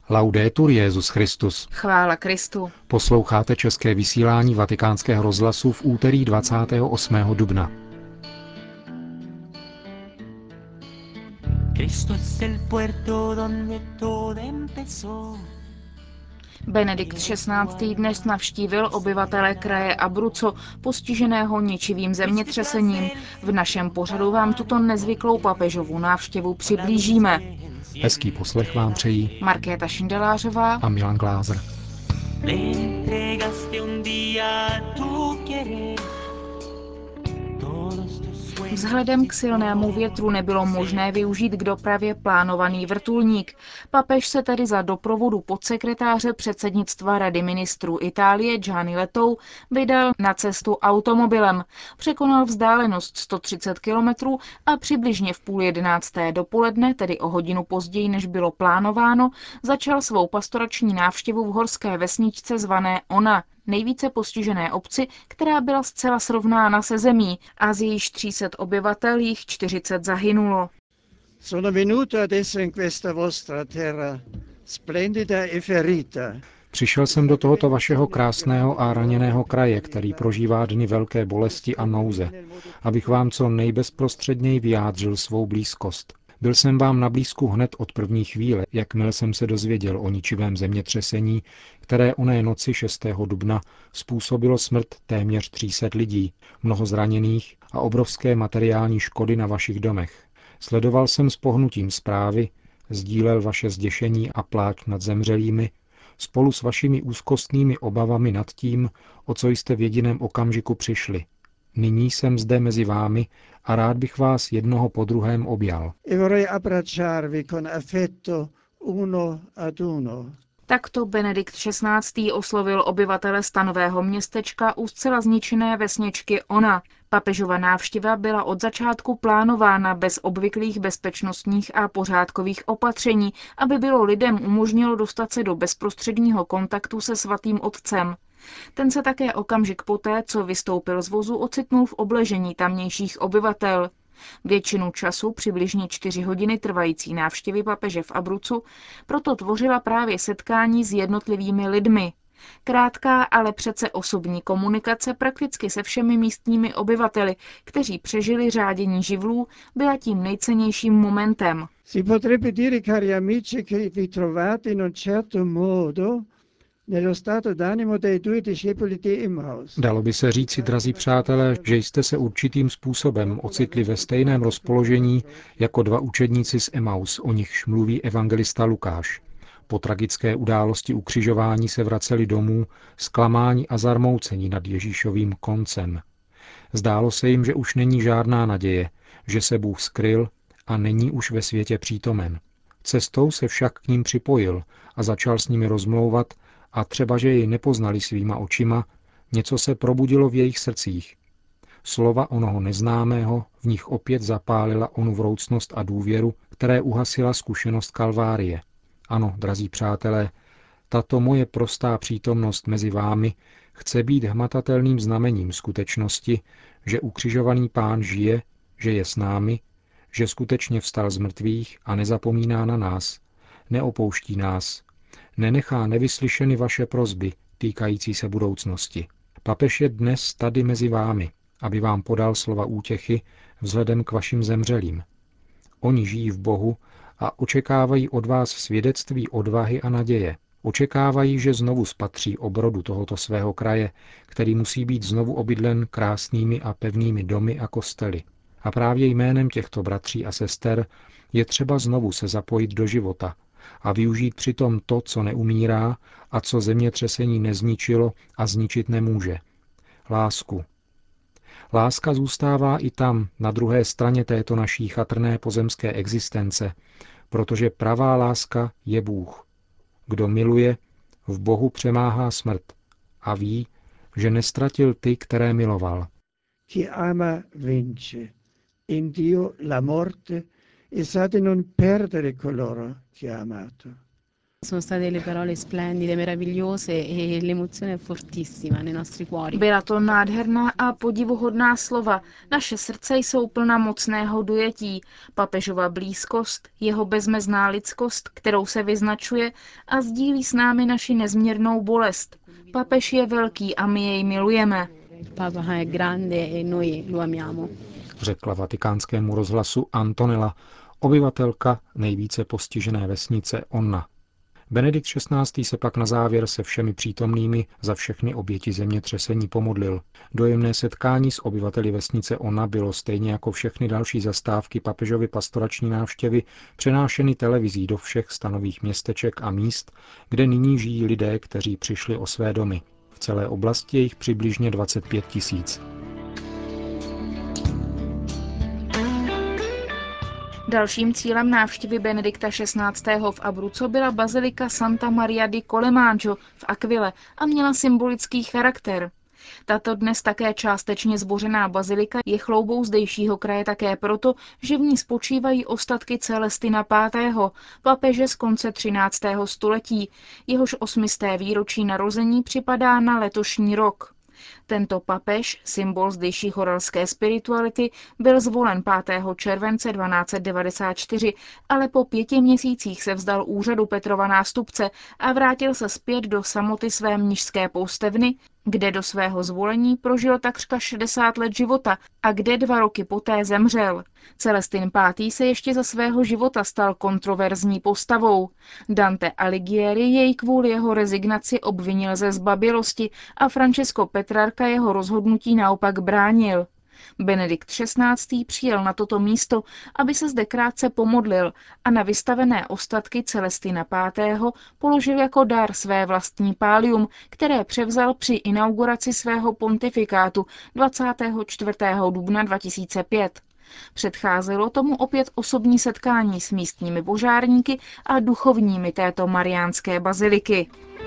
Laudetur Jesus Christus. Chvála Kristu. Posloucháte české vysílání Vatikánského rozhlasu v úterý 28. dubna. Benedikt XVI. Dnes navštívil obyvatele kraje Abruzzo, postiženého ničivým zemětřesením. V našem pořadu vám tuto nezvyklou papežovu návštěvu přiblížíme. Hezký poslech vám přejí Markéta Šindelářová a Milan Glázer. Vzhledem k silnému větru nebylo možné využít k dopravě plánovaný vrtulník. Papež se tedy za doprovodu podsekretáře předsednictva Rady ministrů Itálie Gianni Lettou vydal na cestu automobilem. Překonal vzdálenost 130 kilometrů a přibližně v 10:30 dopoledne, tedy o hodinu později, než bylo plánováno, začal svou pastorační návštěvu v horské vesničce zvané Ona, nejvíce postižené obci, která byla zcela srovnána se zemí a z jejíž 300 obyvatel jich 40 zahynulo. Sono venuto adesso in questa vostra terra splendida e ferita. Přišel jsem do tohoto vašeho krásného a raněného kraje, který prožívá dny velké bolesti a nouze, abych vám co nejbezprostředněji vyjádřil svou blízkost. Byl jsem vám na blízku hned od první chvíle, jakmile jsem se dozvěděl o ničivém zemětřesení, které oné noci 6. dubna způsobilo smrt téměř 300 lidí, mnoho zraněných a obrovské materiální škody na vašich domech. Sledoval jsem s pohnutím zprávy, sdílel vaše zděšení a pláč nad zemřelými, spolu s vašimi úzkostnými obavami nad tím, o co jste v jediném okamžiku přišli. Nyní jsem zde mezi vámi a rád bych vás jednoho po druhém objal. Takto Benedikt XVI. Oslovil obyvatele stanového městečka u zcela zničené vesničky Ona. Papežova návštěva byla od začátku plánována bez obvyklých bezpečnostních a pořádkových opatření, aby bylo lidem umožnilo dostat se do bezprostředního kontaktu se svatým otcem. Ten se také okamžik poté, co vystoupil z vozu, ocitnul v obležení tamnějších obyvatel. Většinu času, přibližně 4 hodiny trvající návštěvy papeže v Abruzzu, proto tvořila právě setkání s jednotlivými lidmi. Krátká, ale přece osobní komunikace prakticky se všemi místními obyvateli, kteří přežili řádění živlů, byla tím nejcennějším momentem. Si potrebbe dire, cari amici, che vi trovate in un certo modo nello stato d'animo dei due discepoli di Emmaus. Dalo by se říci, drazí přátelé, že jste se určitým způsobem ocitli ve stejném rozpoložení jako 2 učedníci z Emaus, o nichž mluví evangelista Lukáš. Po tragické události ukřižování se vraceli domů, zklamáni a zarmouceni nad Ježíšovým koncem. Zdálo se jim, že už není žádná naděje, že se Bůh skryl a není už ve světě přítomen. Cestou se však k ním připojil a začal s nimi rozmlouvat, a třeba, že jej nepoznali svýma očima, něco se probudilo v jejich srdcích. Slova onoho neznámého v nich opět zapálila onu vroucnost a důvěru, které uhasila zkušenost Kalvárie. Ano, drazí přátelé, tato moje prostá přítomnost mezi vámi chce být hmatatelným znamením skutečnosti, že ukřižovaný Pán žije, že je s námi, že skutečně vstal z mrtvých a nezapomíná na nás, neopouští nás, nenechá nevyslyšeny vaše prosby týkající se budoucnosti. Papež je dnes tady mezi vámi, aby vám podal slova útěchy vzhledem k vašim zemřelým. Oni žijí v Bohu a očekávají od vás svědectví odvahy a naděje. Očekávají, že znovu spatří obrodu tohoto svého kraje, který musí být znovu obydlen krásnými a pevnými domy a kostely. A právě jménem těchto bratří a sester je třeba znovu se zapojit do života a využít přitom to, co neumírá a co zemětřesení nezničilo a zničit nemůže. Lásku. Láska zůstává i tam, na druhé straně této naší chatrné pozemské existence, protože pravá láska je Bůh. Kdo miluje, v Bohu přemáhá smrt a ví, že nestratil ty, které miloval. Chi ama vince. In Dio la morte e sa di non perdere coloro che ha amato. Byla to nádherná a podivuhodná slova. Naše srdce jsou plna mocného dojetí. Papežova blízkost, jeho bezmezná lidskost, kterou se vyznačuje a sdílí s námi naši nezměrnou bolest. Papež je velký a my jej milujeme. Řekla Vatikánskému rozhlasu Antonella, obyvatelka nejvíce postižené vesnice Onna. Benedikt XVI. Se pak na závěr se všemi přítomnými za všechny oběti zemětřesení pomodlil. Dojemné setkání s obyvateli vesnice Onna bylo stejně jako všechny další zastávky papežovy pastorační návštěvy přenášeny televizí do všech stanových městeček a míst, kde nyní žijí lidé, kteří přišli o své domy. V celé oblasti je jich přibližně 25 000. Dalším cílem návštěvy Benedikta XVI. V Abruzzo byla bazilika Santa Maria di Collemaggiò v Aquile a měla symbolický charakter. Tato dnes také částečně zbořená bazilika je chloubou zdejšího kraje také proto, že v ní spočívají ostatky Celestina V., papeže z konce 13. století, jehož 800. výročí narození připadá na letošní rok. Tento papež, symbol zdejší horalské spirituality, byl zvolen 5. července 1294, ale po 5 měsících se vzdal úřadu Petrova nástupce a vrátil se zpět do samoty své mnišské poustevny, kde do svého zvolení prožil takřka 60 let života a kde 2 roky poté zemřel. Celestin V. se ještě za svého života stal kontroverzní postavou. Dante Alighieri jej kvůli jeho rezignaci obvinil ze zbabělosti a Francesco Petrarca jeho rozhodnutí naopak bránil. Benedikt XVI. Přijel na toto místo, aby se zde krátce pomodlil a na vystavené ostatky Celestina V. Položil jako dar své vlastní pálium, které převzal při inauguraci svého pontifikátu 24. dubna 2005. Předcházelo tomu opět osobní setkání s místními požárníky a duchovními této mariánské baziliky.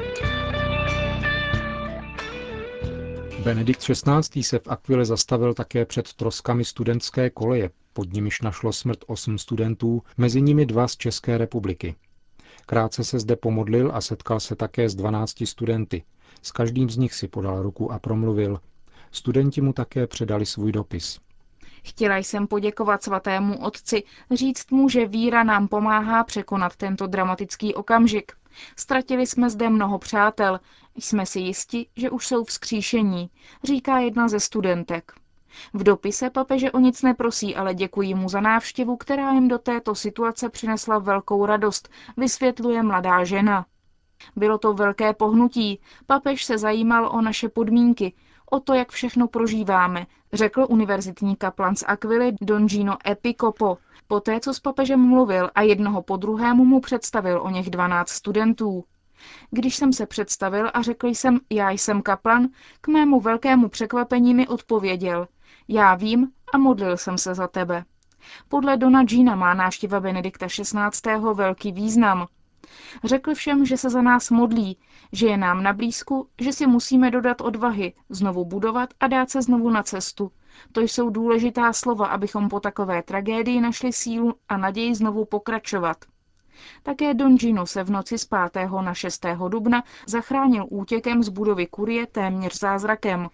Benedikt XVI. Se v Aquile zastavil také před troskami studentské koleje, pod nimiž našlo smrt 8 studentů, mezi nimi 2 z České republiky. Krátce se zde pomodlil a setkal se také s 12 studenty. S každým z nich si podal ruku a promluvil. Studenti mu také předali svůj dopis. Chtěla jsem poděkovat svatému otci, říct mu, že víra nám pomáhá překonat tento dramatický okamžik. Ztratili jsme zde mnoho přátel, jsme si jisti, že už jsou vzkříšení, říká jedna ze studentek. V dopise papeže o nic neprosí, ale děkují mu za návštěvu, která jim do této situace přinesla velkou radost, vysvětluje mladá žena. Bylo to velké pohnutí, papež se zajímal o naše podmínky, o to, jak všechno prožíváme, řekl univerzitní kaplan z Aquily Don Gino Epicopo, poté, co s papežem mluvil a jednoho po druhému mu představil o něch 12 studentů. Když jsem se představil a řekl jsem, já jsem kaplan, k mému velkému překvapení mi odpověděl, já vím a modlil jsem se za tebe. Podle Dona Gina má návštěva Benedikta XVI. Velký význam. Řekl všem, že se za nás modlí, že je nám na blízku, že si musíme dodat odvahy, znovu budovat a dát se znovu na cestu. To jsou důležitá slova, abychom po takové tragédii našli sílu a naději znovu pokračovat. Také Don Gino se v noci z 5. na 6. dubna zachránil útěkem z budovy kurie téměř zázrakem.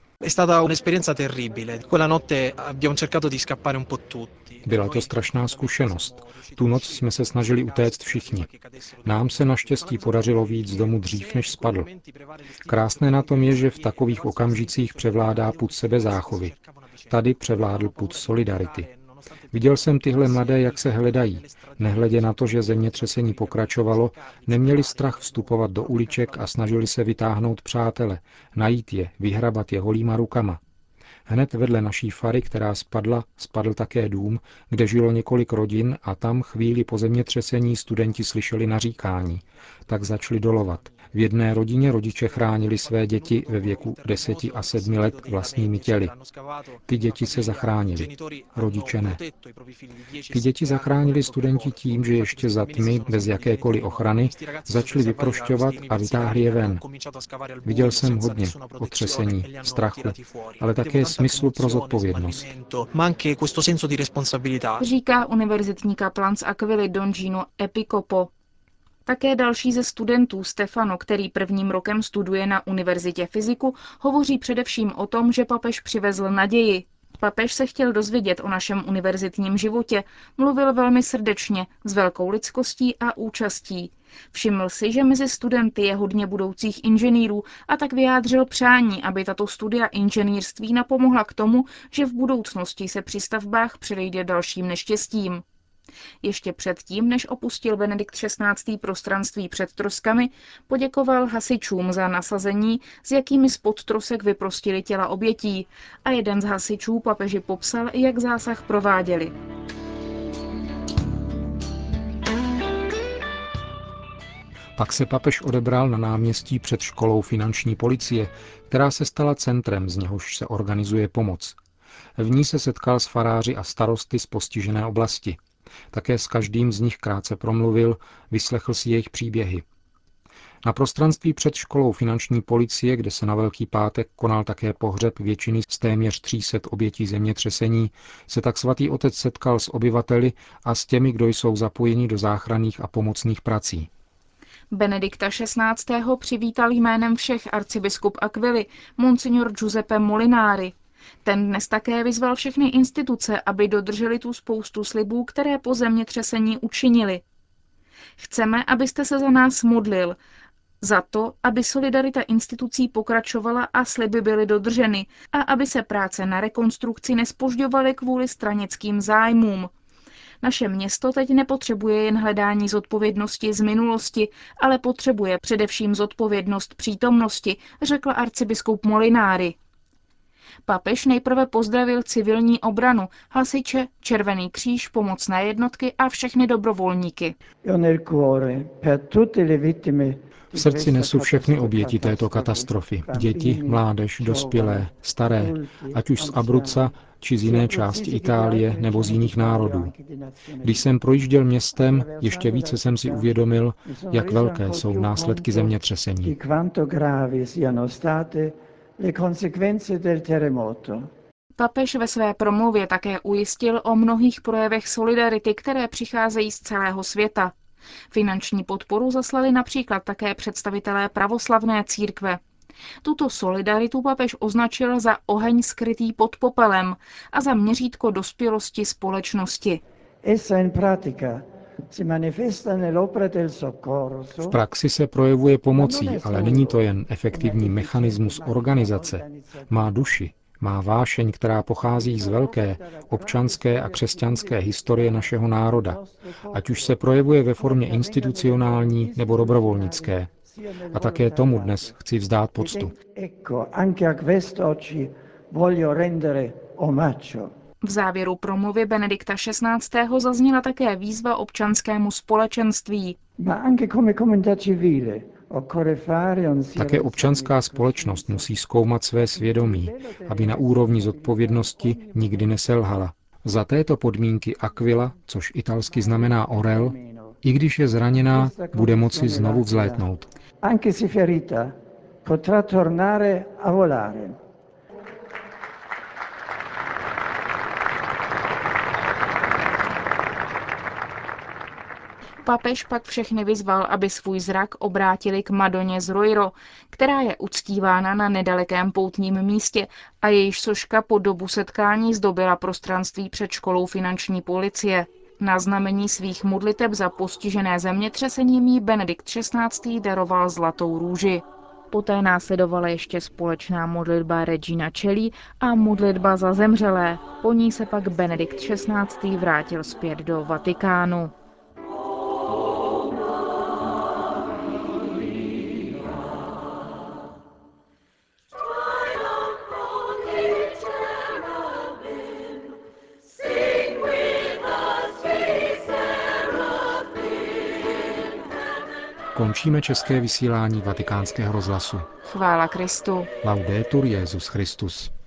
Byla to strašná zkušenost. Tu noc jsme se snažili utéct všichni. Nám se naštěstí podařilo vyjít z domu dřív, než spadl. Krásné na tom je, že v takových okamžicích převládá pud sebezáchovy. Tady převládl pud solidarity. Viděl jsem tyhle mladé, jak se hledají. Nehledě na to, že zemětřesení pokračovalo, neměli strach vstupovat do uliček a snažili se vytáhnout přátele, najít je, vyhrabat je holýma rukama. Hned vedle naší fary, která spadla, spadl také dům, kde žilo několik rodin a tam chvíli po zemětřesení studenti slyšeli naříkání. Tak začali dolovat. V jedné rodině rodiče chránili své děti ve věku 10 a 7 let vlastními těly. Ty děti se zachránili, rodiče ne. Ty děti zachránili studenti tím, že ještě za tmy, bez jakékoliv ochrany, začali vyprošťovat a vytáhli je ven. Viděl jsem hodně otřesení, strachu, ale také smyslu pro zodpovědnost. Říká univerzitní kaplan z Aquily Don Gino Epicopo. Také další ze studentů, Stefano, který prvním rokem studuje na univerzitě fyziku, hovoří především o tom, že papež přivezl naději. Papež se chtěl dozvědět o našem univerzitním životě, mluvil velmi srdečně, s velkou lidskostí a účastí. Všiml si, že mezi studenty je hodně budoucích inženýrů a tak vyjádřil přání, aby tato studia inženýrství napomohla k tomu, že v budoucnosti se při stavbách předejde dalším neštěstím. Ještě předtím, než opustil Benedikt XVI. Prostranství před troskami, poděkoval hasičům za nasazení, s jakými spod trosek vyprostili těla obětí, a jeden z hasičů papeži popsal, jak zásah prováděli. Pak se papež odebral na náměstí před školou finanční policie, která se stala centrem, z něhož se organizuje pomoc. V ní se setkal s faráři a starosty z postižené oblasti. Také s každým z nich krátce promluvil, vyslechl si jejich příběhy. Na prostranství před školou finanční policie, kde se na Velký pátek konal také pohřeb většiny z téměř 300 obětí zemětřesení, se tak svatý otec setkal s obyvateli a s těmi, kdo jsou zapojeni do záchranných a pomocných prací. Benedikta XVI. Přivítal jménem všech arcibiskup Aquily, monsignor Giuseppe Molinari. Ten dnes také vyzval všechny instituce, aby dodrželi tu spoustu slibů, které po zemětřesení učinili. Chceme, abyste se za nás modlil, za to, aby solidarita institucí pokračovala a sliby byly dodrženy a aby se práce na rekonstrukci nezpožďovaly kvůli stranickým zájmům. Naše město teď nepotřebuje jen hledání zodpovědnosti z minulosti, ale potřebuje především zodpovědnost přítomnosti, řekl arcibiskup Molinari. Papež nejprve pozdravil civilní obranu, hasiče, Červený kříž, pomocné jednotky a všechny dobrovolníky. V srdci nesu všechny oběti této katastrofy. Děti, mládež, dospělé, staré, ať už z Abruzza, či z jiné části Itálie nebo z jiných národů. Když jsem projížděl městem, ještě více jsem si uvědomil, jak velké jsou následky zemětřesení. Papež ve své promluvě také ujistil o mnohých projevech solidarity, které přicházejí z celého světa. Finanční podporu zaslali například také představitelé pravoslavné církve. Tuto solidaritu papež označil za oheň skrytý pod popelem a za měřítko dospělosti společnosti. V praxi se projevuje pomocí, ale není to jen efektivní mechanismus organizace. Má duši, má vášeň, která pochází z velké občanské a křesťanské historie našeho národa, ať už se projevuje ve formě institucionální nebo dobrovolnické. A také tomu dnes chci vzdát poctu. V závěru promluvy Benedikta XVI. Zazněla také výzva občanskému společenství. Také občanská společnost musí zkoumat své svědomí, aby na úrovni zodpovědnosti nikdy neselhala. Za této podmínky Aquila, což italsky znamená orel, i když je zraněná, bude moci znovu vzlétnout. Papež pak všechny vyzval, aby svůj zrak obrátili k Madoně z Roiro, která je uctívána na nedalekém poutním místě a jejíž soška po dobu setkání zdobila prostranství před školou finanční policie. Na znamení svých modliteb za postižené zemětřesením jí Benedikt XVI. Daroval zlatou růži. Poté následovala ještě společná modlitba Regina Coeli a modlitba za zemřelé. Po ní se pak Benedikt XVI. Vrátil zpět do Vatikánu. Končíme české vysílání Vatikánského rozhlasu. Chvála Kristu. Laudetur Jesus Christus.